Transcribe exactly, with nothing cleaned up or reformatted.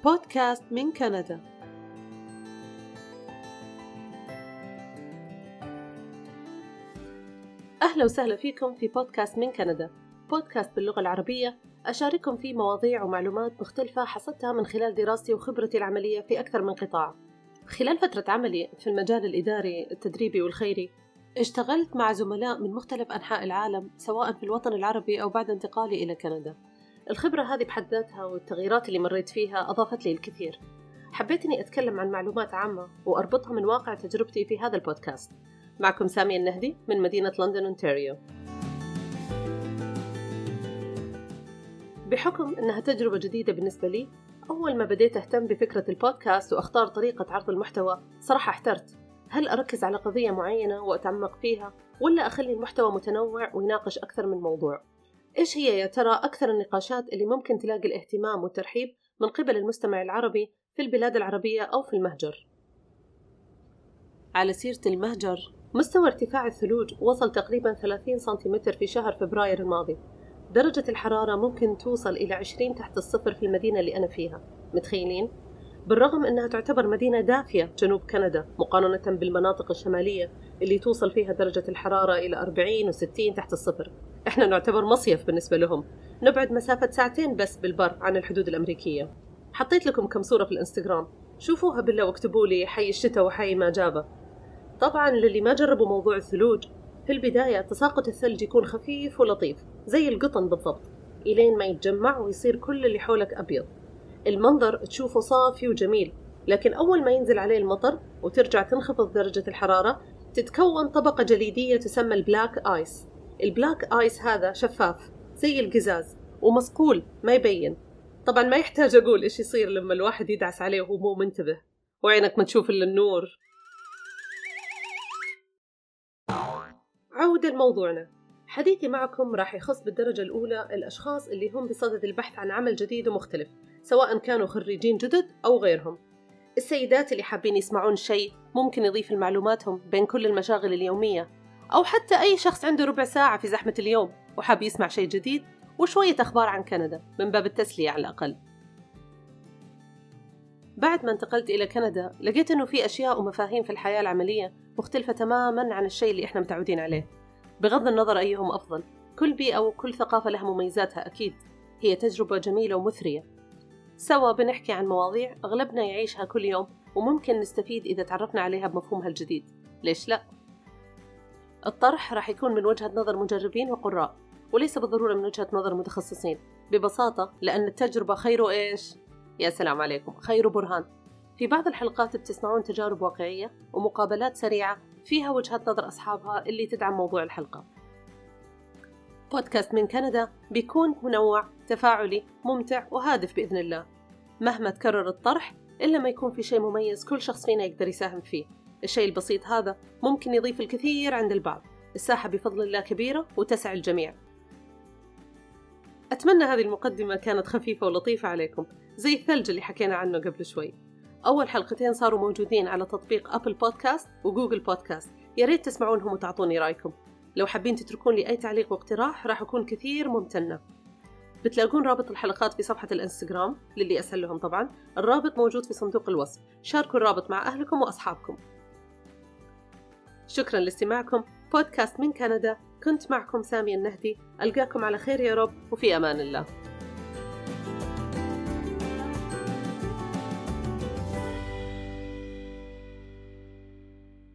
بودكاست من كندا. أهلا وسهلا فيكم في بودكاست من كندا، بودكاست باللغة العربية أشارككم فيه مواضيع ومعلومات مختلفة حصلتها من خلال دراستي وخبرتي العملية في أكثر من قطاع. خلال فترة عملي في المجال الإداري التدريبي والخيري اشتغلت مع زملاء من مختلف أنحاء العالم سواء في الوطن العربي أو بعد انتقالي إلى كندا. الخبرة هذه بحد ذاتها والتغييرات اللي مريت فيها أضافت لي الكثير. حبيت إني أتكلم عن معلومات عامة وأربطها من واقع تجربتي في هذا البودكاست. معكم سامية النهدي من مدينة لندن أونتاريو. بحكم أنها تجربة جديدة بالنسبة لي، أول ما بديت أهتم بفكرة البودكاست وأختار طريقة عرض المحتوى صراحة احترت. هل أركز على قضية معينة وأتعمق فيها ولا أخلي المحتوى متنوع ويناقش أكثر من موضوع؟ إيش هي يا ترى أكثر النقاشات اللي ممكن تلاقي الاهتمام والترحيب من قبل المستمع العربي في البلاد العربية أو في المهجر؟ على سيرة المهجر، مستوى ارتفاع الثلوج وصل تقريبا ثلاثين سنتيمتر في شهر فبراير الماضي. درجة الحرارة ممكن توصل إلى عشرين تحت الصفر في المدينة اللي أنا فيها. متخيلين؟ بالرغم أنها تعتبر مدينة دافية جنوب كندا مقارنة بالمناطق الشمالية اللي توصل فيها درجة الحرارة إلى أربعين وستين تحت الصفر. إحنا نعتبر مصيف بالنسبة لهم، نبعد مسافة ساعتين بس بالبر عن الحدود الأمريكية. حطيت لكم كم صورة في الإنستغرام، شوفوها بالله واكتبوا لي حي الشتاء وحي ما جابه. طبعا للي ما جربوا موضوع الثلوج، في البداية تساقط الثلج يكون خفيف ولطيف زي القطن بالضبط، إلين ما يتجمع ويصير كل اللي حولك أبيض. المنظر تشوفه صافي وجميل، لكن أول ما ينزل عليه المطر وترجع تنخفض درجة الحرارة تتكون طبقة جليدية تسمى البلاك آيس. البلاك آيس هذا شفاف زي القزاز ومصقول ما يبين. طبعا ما يحتاج أقول إيش يصير لما الواحد يدعس عليه وهو مو منتبه وعينك ما تشوف إلا النور. عودة لموضوعنا، حديثي معكم راح يخص بالدرجة الأولى الأشخاص اللي هم بصدد البحث عن عمل جديد ومختلف، سواء كانوا خريجين جدد أو غيرهم. السيدات اللي حابين يسمعون شيء ممكن يضيف لمعلوماتهم بين كل المشاغل اليومية، أو حتى أي شخص عنده ربع ساعة في زحمة اليوم وحاب يسمع شيء جديد وشوية أخبار عن كندا من باب التسلية على الأقل. بعد ما انتقلت إلى كندا لقيت أنه في أشياء ومفاهيم في الحياة العملية مختلفة تماماً عن الشيء اللي إحنا متعودين عليه. بغض النظر أيهم أفضل، كل بيئة وكل ثقافة لها مميزاتها أكيد. هي تجربة جميلة ومثرية. سوا بنحكي عن مواضيع أغلبنا يعيشها كل يوم وممكن نستفيد إذا تعرفنا عليها بمفهومها الجديد. ليش لا؟ الطرح راح يكون من وجهة نظر مجربين وقراء، وليس بالضرورة من وجهة نظر متخصصين. ببساطة لأن التجربة خير إيش؟ يا سلام عليكم، خير برهان. في بعض الحلقات بتسمعون تجارب واقعية ومقابلات سريعة فيها وجهة نظر أصحابها اللي تدعم موضوع الحلقة. بودكاست من كندا بيكون منوع، تفاعلي، ممتع وهادف بإذن الله. مهما تكرر الطرح إلا ما يكون في شيء مميز كل شخص فينا يقدر يساهم فيه. الشيء البسيط هذا ممكن يضيف الكثير عند البعض. الساحة بفضل الله كبيرة وتسع الجميع. أتمنى هذه المقدمة كانت خفيفة ولطيفة عليكم، زي الثلج اللي حكينا عنه قبل شوي. أول حلقتين صاروا موجودين على تطبيق أبل بودكاست وجوجل بودكاست، يا ريت تسمعونهم وتعطوني رأيكم. لو حابين تتركون لي أي تعليق واقتراح راح أكون كثير ممتنة. بتلاقون رابط الحلقات في صفحة الإنستغرام للي أسهل لهم طبعا، الرابط موجود في صندوق الوصف. شاركوا الرابط مع أهلكم وأصحابكم. شكرا لاستماعكم. بودكاست من كندا، كنت معكم سامية النهدي. ألقاكم على خير يا رب، وفي أمان الله.